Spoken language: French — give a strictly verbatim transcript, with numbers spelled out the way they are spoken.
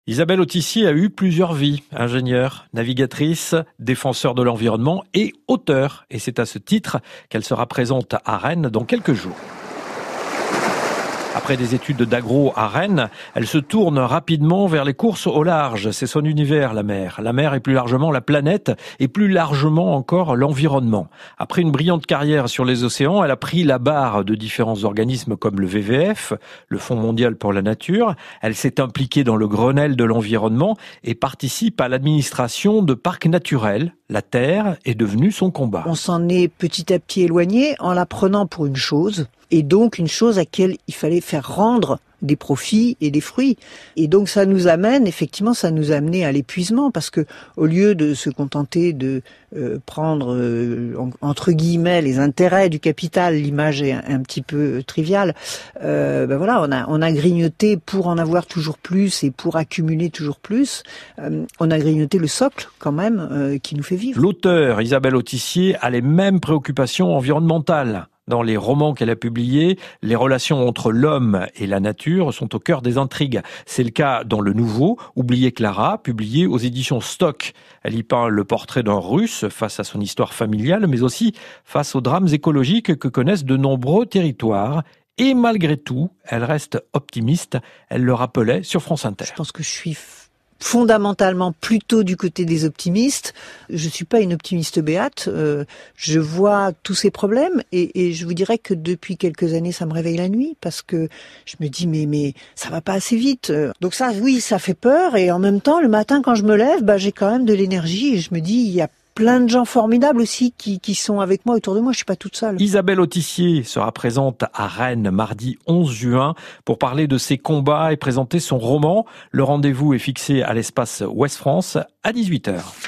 Isabelle Autissier a eu plusieurs vies, ingénieure, navigatrice, défenseur de l'environnement et auteure. Et c'est à ce titre qu'elle sera présente à Rennes dans quelques jours. Après des études d'agro à Rennes, elle se tourne rapidement vers les courses au large. C'est son univers, la mer. La mer et plus largement la planète et plus largement encore l'environnement. Après une brillante carrière sur les océans, elle a pris la barre de différents organismes comme le V V F, le Fonds mondial pour la nature. Elle s'est impliquée dans le Grenelle de l'environnement et participe à l'administration de parcs naturels. La terre est devenue son combat. On s'en est petit à petit éloigné en la prenant pour une chose, et donc une chose à laquelle il fallait faire rendre des profits et des fruits. Et donc ça nous amène, effectivement, ça nous a amené à l'épuisement, parce que au lieu de se contenter de euh, prendre euh, entre guillemets les intérêts du capital, l'image est un, un petit peu triviale. Euh, ben voilà, on a on a grignoté pour en avoir toujours plus et pour accumuler toujours plus. Euh, on a grignoté le socle quand même euh, qui nous fait vivre. L'auteure Isabelle Autissier a les mêmes préoccupations environnementales. Dans les romans qu'elle a publiés, les relations entre l'homme et la nature sont au cœur des intrigues. C'est le cas dans Le Nouveau, Oubliez Clara, publié aux éditions Stock. Elle y peint le portrait d'un Russe face à son histoire familiale, mais aussi face aux drames écologiques que connaissent de nombreux territoires. Et malgré tout, elle reste optimiste. Elle le rappelait sur France Inter. Je pense que je suis fondamentalement plutôt du côté des optimistes. Je suis pas une optimiste béate. Euh, je vois tous ces problèmes et, et je vous dirais que depuis quelques années, ça me réveille la nuit parce que je me dis mais mais ça va pas assez vite. Donc ça, oui, ça fait peur et en même temps, le matin quand je me lève, bah j'ai quand même de l'énergie et je me dis il y a plein de gens formidables aussi qui, qui sont avec moi autour de moi. Je suis pas toute seule. Isabelle Autissier sera présente à Rennes mardi onze juin pour parler de ses combats et présenter son roman. Le rendez-vous est fixé à l'espace Ouest France à dix-huit heures.